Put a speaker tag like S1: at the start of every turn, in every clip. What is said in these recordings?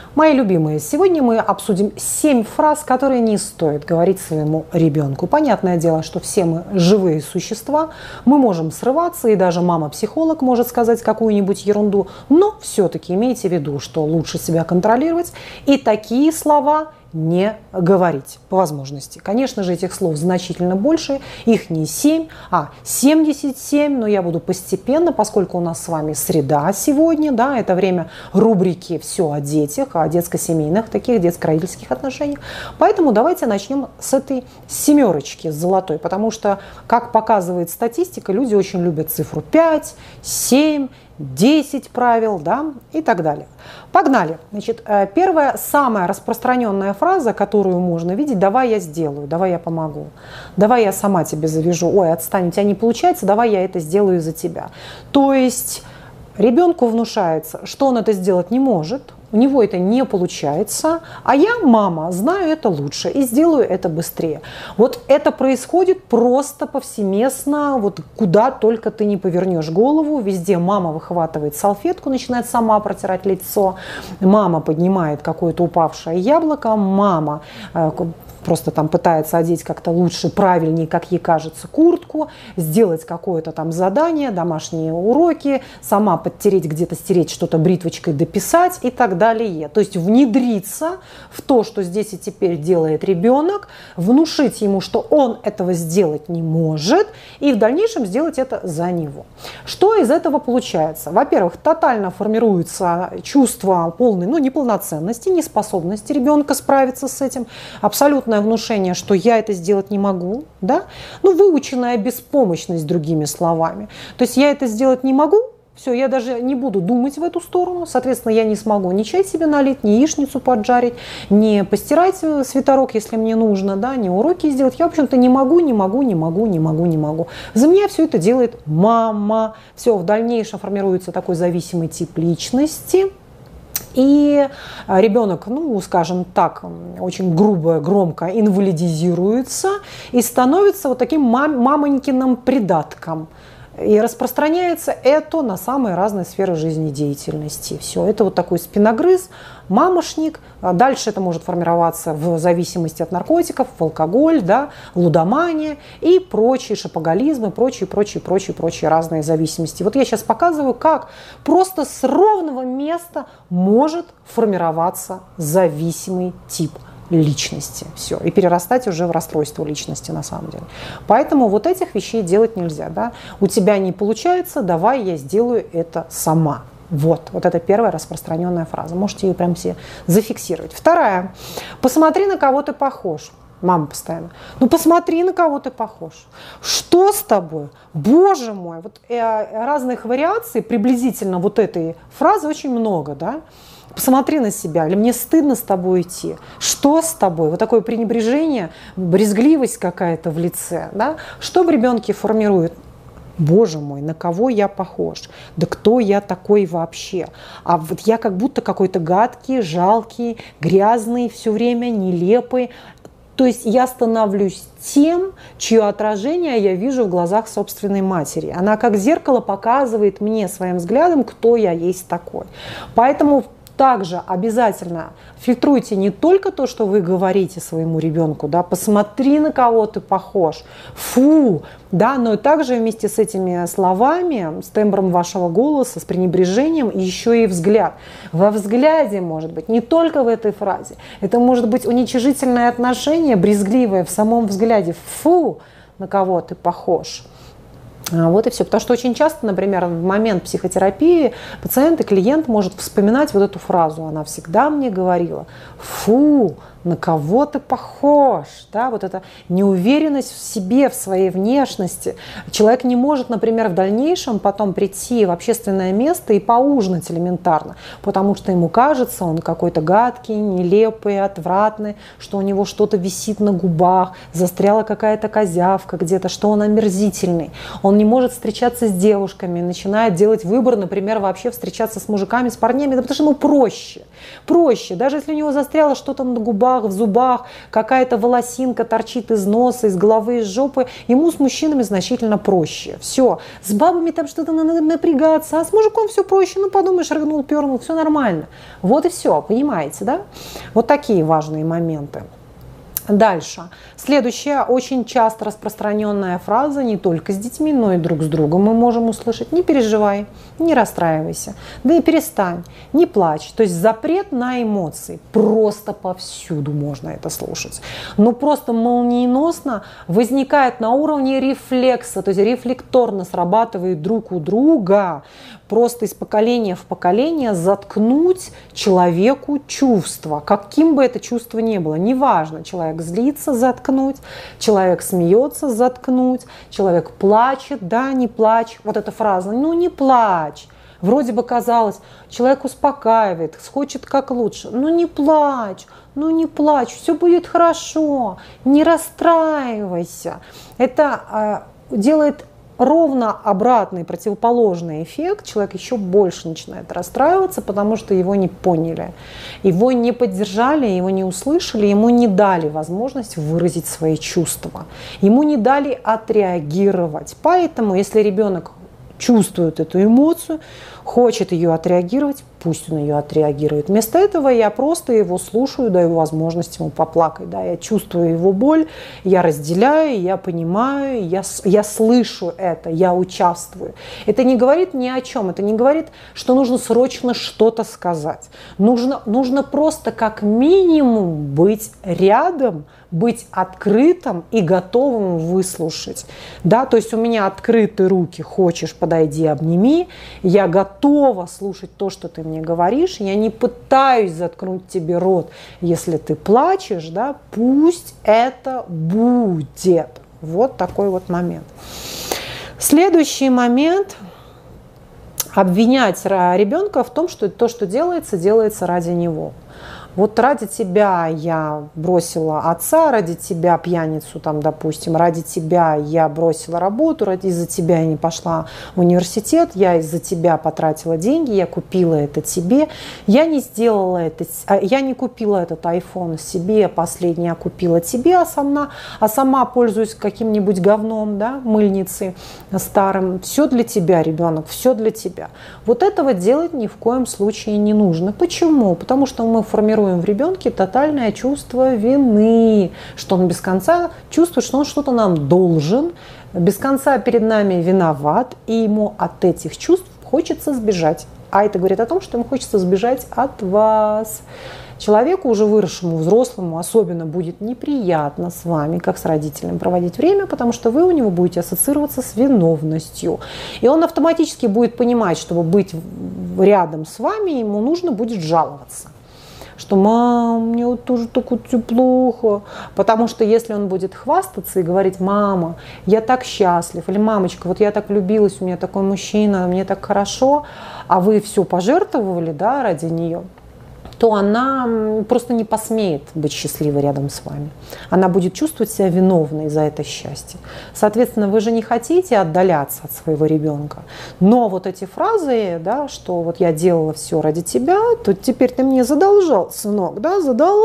S1: Мои любимые, сегодня мы обсудим 7 фраз, которые не стоит говорить своему ребенку. Понятное дело, что все мы живые существа, мы можем срываться, и даже мама-психолог может сказать какую-нибудь ерунду, но все-таки имейте в виду, что лучше себя контролировать, и такие слова не говорить по возможности. Конечно же, этих слов значительно больше, их не 7, а 77, но я буду постепенно, поскольку у нас с вами среда сегодня, да, это время рубрики «Все о детях», о детско-семейных, таких детско-родительских отношениях. Поэтому давайте начнем с этой семерочки, с золотой, потому что, как показывает статистика, люди очень любят цифру 5, 7, 10 правил, да, и так далее. Погнали. Значит, первая, самая распространенная фраза, которую можно видеть: давай я сделаю, давай я помогу, давай я сама тебе завяжу, ой, отстань, у тебя не получается, давай я это сделаю за тебя. То есть ребенку внушается, что он это сделать не может, у него это не получается, а я, мама, знаю это лучше и сделаю это быстрее. Вот это происходит просто повсеместно, вот куда только ты не повернешь голову, везде мама выхватывает салфетку, начинает сама протирать лицо, мама поднимает какое-то упавшее яблоко, мама просто там пытается одеть как-то лучше, правильнее, как ей кажется, куртку, сделать какое-то там задание, домашние уроки, сама подтереть где-то, стереть что-то бритвочкой, дописать и так далее. То есть внедриться в то, что здесь и теперь делает ребенок, внушить ему, что он этого сделать не может, и в дальнейшем сделать это за него. Что из этого получается? Во-первых, тотально формируется чувство полной, неполноценности, неспособности ребенка справиться с этим, абсолютно внушение, что я это сделать не могу, да? Выученная беспомощность, другими словами. То есть я это сделать не могу, все, я даже не буду думать в эту сторону, соответственно, я не смогу ни чай себе налить, ни яичницу поджарить, ни постирать свитерок, если мне нужно, да, ни уроки сделать. Я, в общем-то, не могу. За меня все это делает мама. Все, в дальнейшем формируется такой зависимый тип личности. И ребенок, скажем так, очень грубо, громко инвалидизируется и становится вот таким мамонькиным придатком. И распространяется это на самые разные сферы жизнедеятельности. Все, это вот такой спиногрыз, мамошник. Дальше это может формироваться в зависимости от наркотиков, в алкоголь, да, лудомания и прочие шопоголизмы, прочие разные зависимости. Вот я сейчас показываю, как просто с ровного места может формироваться зависимый тип личности. Все. И перерастать уже в расстройство личности на самом деле. Поэтому вот этих вещей делать нельзя. Да? У тебя не получается, давай я сделаю это сама. Вот это первая распространенная фраза. Можете ее прям все зафиксировать. Вторая. Посмотри, на кого ты похож. Мама постоянно. Посмотри, на кого ты похож. Что с тобой? Боже мой. Разных вариаций приблизительно вот этой фразы очень много, да? Посмотри на себя, или мне стыдно с тобой идти, что с тобой, вот такое пренебрежение, брезгливость какая-то в лице, да? Что в ребенке формирует? Боже мой, на кого я похож? Да кто я такой вообще? А вот я как будто какой-то гадкий, жалкий, грязный, все время нелепый. То есть я становлюсь тем, чье отражение я вижу в глазах собственной матери. Она как зеркало показывает мне своим взглядом, кто я есть такой. Поэтому также обязательно фильтруйте не только то, что вы говорите своему ребенку, да, посмотри, на кого ты похож, фу, да, но и также вместе с этими словами, с тембром вашего голоса, с пренебрежением, еще и взгляд. Во взгляде может быть, не только в этой фразе, это может быть уничижительное отношение, брезгливое в самом взгляде, фу, на кого ты похож. Вот и все. Потому что очень часто, например, в момент психотерапии пациент и клиент может вспоминать вот эту фразу. Она всегда мне говорила: фу, на кого ты похож, да, вот эта неуверенность в себе, в своей внешности. Человек не может, например, в дальнейшем потом прийти в общественное место и поужинать элементарно, потому что ему кажется, он какой-то гадкий, нелепый, отвратный, что у него что-то висит на губах, застряла какая-то козявка где-то, что он омерзительный. Он не может встречаться с девушками, начинает делать выбор, например, вообще встречаться с мужиками, с парнями, да потому что ему проще. Даже если у него застряло что-то на губах, губах, в зубах, какая-то волосинка торчит из носа, из головы, из жопы, ему с мужчинами значительно проще. Все. С бабами там что-то надо напрягаться, а с мужиком все проще. Ну, подумаешь, рыгнул, пернул, все нормально. Вот и все, понимаете, да? Вот такие важные моменты. Дальше. Следующая очень часто распространенная фраза не только с детьми, но и друг с другом мы можем услышать: не переживай, не расстраивайся, да и перестань, не плачь. То есть запрет на эмоции. Просто повсюду можно это слушать. Но просто молниеносно возникает на уровне рефлекса, то есть рефлекторно срабатывает друг у друга. Просто из поколения в поколение заткнуть человеку чувства, каким бы это чувство ни было. Неважно, человек злится — заткнуть, человек смеется — заткнуть, человек плачет, да, не плачь. Вот эта фраза: ну не плачь. Вроде бы казалось, человек успокаивает, хочет как лучше. Ну не плачь, все будет хорошо, не расстраивайся. Это делает ровно обратный, противоположный эффект. Человек еще больше начинает расстраиваться, потому что его не поняли, его не поддержали, его не услышали, ему не дали возможность выразить свои чувства, ему не дали отреагировать. Поэтому, если ребенок чувствует эту эмоцию, хочет ее отреагировать, пусть он ее отреагирует. Вместо этого я просто его слушаю, даю возможность ему поплакать. Да? Я чувствую его боль, я разделяю, я понимаю, я слышу это, я участвую. Это не говорит ни о чем, это не говорит, что нужно срочно что-то сказать. Нужно просто как минимум быть рядом, быть открытым и готовым выслушать. Да? То есть у меня открыты руки: хочешь — подойди, обними. Я готова слушать то, что ты мне говоришь. Я не пытаюсь заткнуть тебе рот, если ты плачешь. Да? Пусть это будет. Вот такой вот момент. Следующий момент. Обвинять ребенка в том, что то, что делается ради него. Вот ради тебя я бросила отца, ради тебя пьяницу, там, допустим, ради тебя я бросила работу, из-за тебя я не пошла в университет, я из-за тебя потратила деньги, я купила это тебе, я не сделала это, я не купила этот iPhone себе последний, а купила тебе, а сама пользуюсь каким-нибудь говном, да, мыльницей старым. Все для тебя, ребенок, все для тебя. Вот этого делать ни в коем случае не нужно. Почему? Потому что мы формируем в ребенке тотальное чувство вины, что он без конца чувствует, что он что-то нам должен, без конца перед нами виноват, и ему от этих чувств хочется сбежать. А это говорит о том, что ему хочется сбежать от вас. Человеку, уже выросшему, взрослому, особенно будет неприятно с вами, как с родителем, проводить время, потому что вы у него будете ассоциироваться с виновностью. И он автоматически будет понимать, чтобы быть рядом с вами, ему нужно будет жаловаться. Что: мам, мне вот тоже так вот плохо. Потому что если он будет хвастаться и говорить: мама, я так счастлив, или мамочка, вот я так влюбилась, у меня такой мужчина, мне так хорошо, а вы все пожертвовали, да, ради нее, то она просто не посмеет быть счастливой рядом с вами. Она будет чувствовать себя виновной за это счастье. Соответственно, вы же не хотите отдаляться от своего ребенка. Но вот эти фразы, да, что вот я делала все ради тебя, то теперь ты мне задолжал, сынок, да,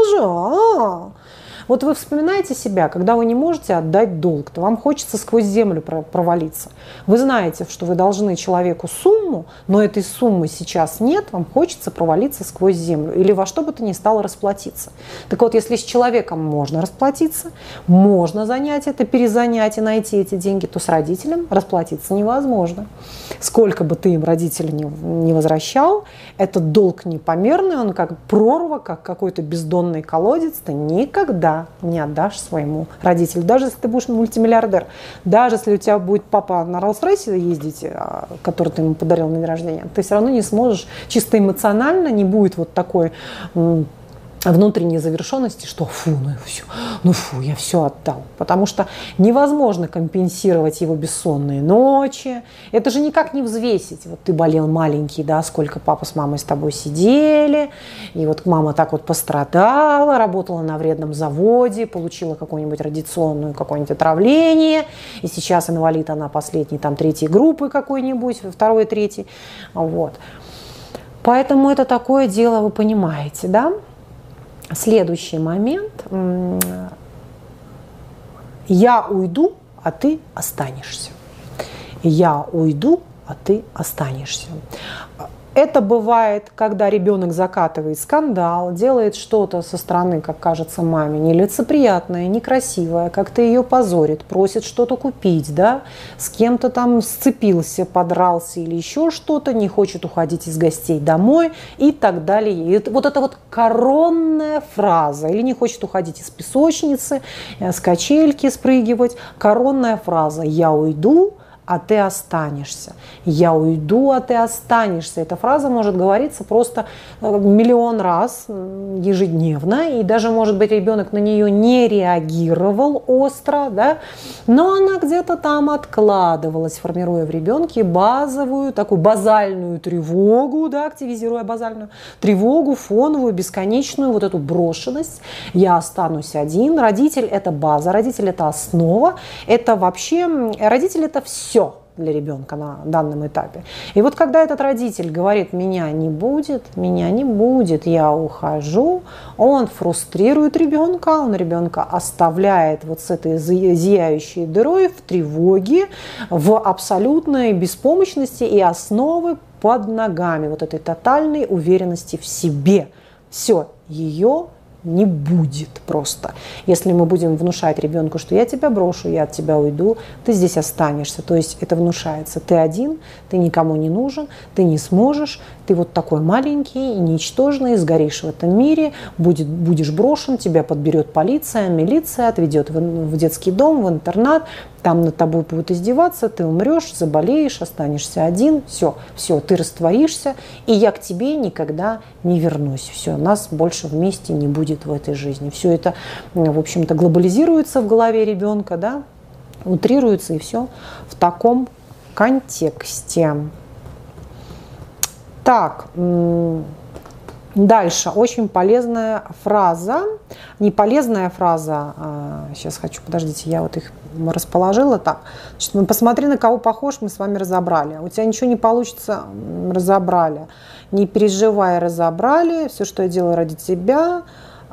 S1: задолжал. Вот вы вспоминаете себя, когда вы не можете отдать долг, то вам хочется сквозь землю провалиться. Вы знаете, что вы должны человеку сумму, но этой суммы сейчас нет, вам хочется провалиться сквозь землю или во что бы то ни стало расплатиться. Так вот, если с человеком можно расплатиться, можно занять это, перезанять и найти эти деньги, то с родителем расплатиться невозможно. Сколько бы ты им, родителю, не возвращал, этот долг непомерный, он как прорва, как какой-то бездонный колодец, ты никогда не отдашь своему родителю. Даже если ты будешь мультимиллиардер, даже если у тебя будет папа на Роллс-Ройсе ездить, который ты ему подарил на день рождения, ты все равно не сможешь чисто эмоционально, не будет вот такой внутренней завершенности, что я все отдал. Потому что невозможно компенсировать его бессонные ночи. Это же никак не взвесить. Вот ты болел маленький, да, сколько папа с мамой с тобой сидели, и вот мама так вот пострадала, работала на вредном заводе, получила какое-нибудь радиационное какое-нибудь отравление, и сейчас инвалид, она последней, там, 3-й группы какой-нибудь, 2-й, 3-й. Вот. Поэтому это такое дело, вы понимаете, да? Следующий момент. Я уйду, а ты останешься. Я уйду, а ты останешься. Это бывает, когда ребенок закатывает скандал, делает что-то со стороны, как кажется маме, нелицеприятное, некрасивое, как-то ее позорит, просит что-то купить, да, с кем-то там сцепился, подрался или еще что-то, не хочет уходить из гостей домой и так далее. И вот это вот коронная фраза, или не хочет уходить из песочницы, с качельки спрыгивать, коронная фраза «я уйду, а ты останешься». Я уйду, а ты останешься. Эта фраза может говориться просто миллион раз ежедневно, и даже, может быть, ребенок на нее не реагировал остро, да, но она где-то там откладывалась, формируя в ребенке базовую, такую базальную тревогу, да, активизируя базальную тревогу, фоновую, бесконечную, вот эту брошенность. Я останусь один. Родитель – это база, родитель – это основа, это вообще, родитель – это все для ребенка на данном этапе. И вот когда этот родитель говорит меня не будет, я ухожу, он фрустрирует ребенка, он ребенка оставляет вот с этой зияющей дырой в тревоге, в абсолютной беспомощности и основы под ногами вот этой тотальной уверенности в себе. Все, ее не будет просто. Если мы будем внушать ребенку, что я тебя брошу, я от тебя уйду, ты здесь останешься. То есть это внушается. Ты один, ты никому не нужен, ты не сможешь, ты вот такой маленький и ничтожный, сгоришь в этом мире, будешь брошен, тебя подберет полиция, милиция, отведет в детский дом, в интернат, там над тобой будут издеваться, ты умрешь, заболеешь, останешься один, все, ты растворишься, и я к тебе никогда не вернусь. Все, нас больше вместе не будет в этой жизни. Все это, в общем-то, глобализируется в голове ребенка, да, утрируется, и все в таком контексте. Так, дальше. Очень полезная фраза. Не полезная фраза. Сейчас хочу, подождите, я вот их расположила так. Значит, посмотри, на кого похож, мы с вами разобрали. У тебя ничего не получится, разобрали. Не переживай, разобрали. Все, что я делаю ради тебя.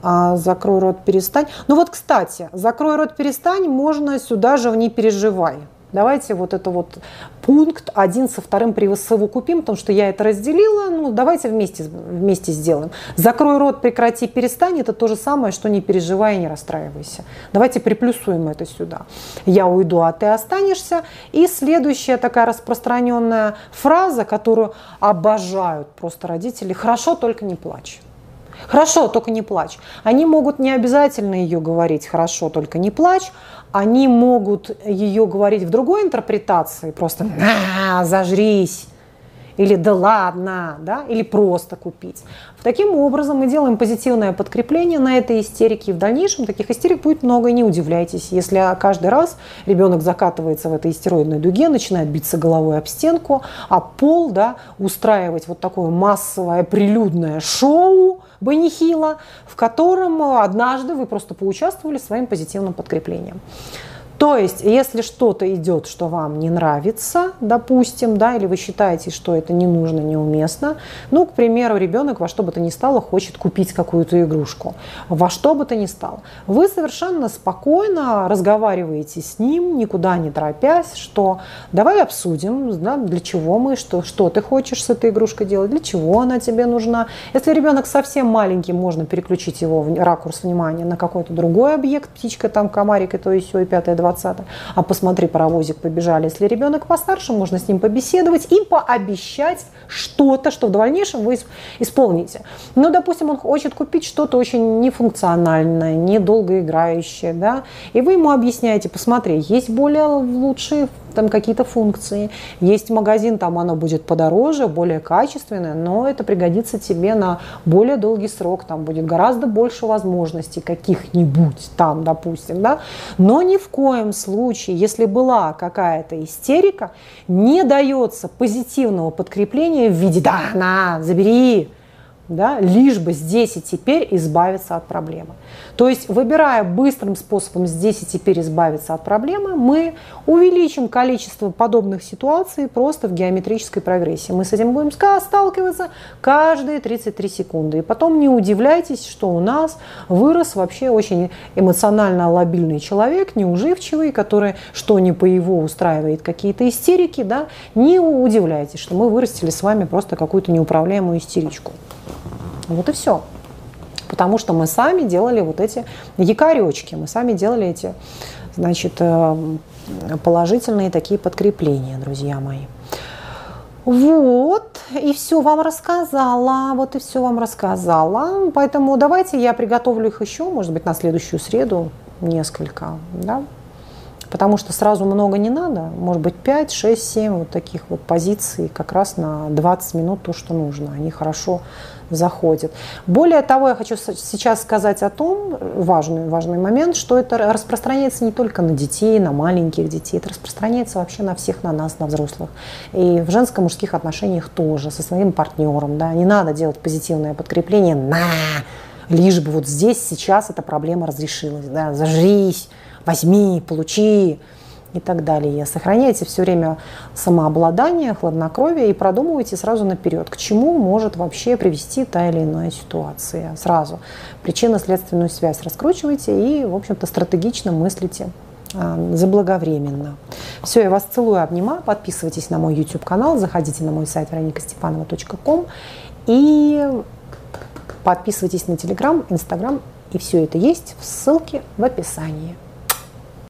S1: Закрой рот, перестань. Ну вот, кстати, закрой рот, перестань, можно сюда же в не переживай. Давайте вот это вот пункт один со вторым присовокупим, потому что я это разделила. Ну, давайте вместе сделаем. Закрой рот, прекрати, перестань. Это то же самое, что не переживай и не расстраивайся. Давайте приплюсуем это сюда. Я уйду, а ты останешься. И следующая такая распространенная фраза, которую обожают просто родители. Хорошо, только не плачь. Хорошо, только не плачь. Они могут не обязательно ее говорить «хорошо, только не плачь», они могут ее говорить в другой интерпретации, просто «зажрись», или «да ладно», да, или просто купить. Таким образом мы делаем позитивное подкрепление на этой истерике. И в дальнейшем таких истерик будет много, и не удивляйтесь, если каждый раз ребенок закатывается в этой истероидной дуге, начинает биться головой об стенку, а пол, да, устраивать вот такое массовое прилюдное шоу Бенихила, в котором однажды вы просто поучаствовали своим позитивным подкреплением. То есть, если что-то идет, что вам не нравится, допустим, да, или вы считаете, что это не нужно, неуместно, ну, к примеру, ребенок во что бы то ни стало хочет купить какую-то игрушку, во что бы то ни стало, вы совершенно спокойно разговариваете с ним, никуда не торопясь, что давай обсудим, да, для чего мы, что ты хочешь с этой игрушкой делать, для чего она тебе нужна. Если ребенок совсем маленький, можно переключить его ракурс внимания на какой-то другой объект, птичка, там, комарик, и то, и сё, и пятое, 20. А посмотри, паровозик, побежали. Если ребенок постарше, можно с ним побеседовать и пообещать что-то, что в дальнейшем вы исполните. Ну, допустим, он хочет купить что-то очень нефункциональное, недолгоиграющее, да, и вы ему объясняете: посмотри, есть более лучшие там какие-то функции, есть магазин, там оно будет подороже, более качественное, но это пригодится тебе на более долгий срок, там будет гораздо больше возможностей каких-нибудь там, допустим, да, но ни в коем случае, если была какая-то истерика, не дается позитивного подкрепления в виде «да, на, забери», да, лишь бы здесь и теперь избавиться от проблемы. То есть, выбирая быстрым способом здесь и теперь избавиться от проблемы, мы увеличим количество подобных ситуаций просто в геометрической прогрессии. Мы с этим будем сталкиваться каждые 33 секунды. И потом не удивляйтесь, что у нас вырос вообще очень эмоционально лобильный человек, неуживчивый, который, что не по его устраивает какие-то истерики, да, не удивляйтесь, что мы вырастили с вами просто какую-то неуправляемую истеричку. Вот и все. Потому что мы сами делали вот эти якоречки, мы сами делали эти, значит, положительные такие подкрепления, друзья мои. Вот, и все вам рассказала, вот и все вам рассказала. Поэтому давайте я приготовлю их еще, может быть, на следующую среду несколько, да. Потому что сразу много не надо, может быть 5, 6, 7 вот таких вот позиций как раз на 20 минут то, что нужно, они хорошо заходят. Более того, я хочу сейчас сказать о том, важный момент, что это распространяется не только на детей, на маленьких детей, это распространяется вообще на всех, на нас, на взрослых. И в женско-мужских отношениях тоже, со своим партнером, да, не надо делать позитивное подкрепление лишь бы вот здесь, сейчас эта проблема разрешилась, да, зажрись, возьми, получи и так далее. Сохраняйте все время самообладание, хладнокровие и продумывайте сразу наперед, к чему может вообще привести та или иная ситуация. Сразу причинно-следственную связь раскручивайте и, в общем-то, стратегично мыслите заблаговременно. Все, я вас целую, обнимаю. Подписывайтесь на мой YouTube-канал, заходите на мой сайт veronikastepанова.com и подписывайтесь на Telegram, Instagram. И все это есть в ссылке в описании.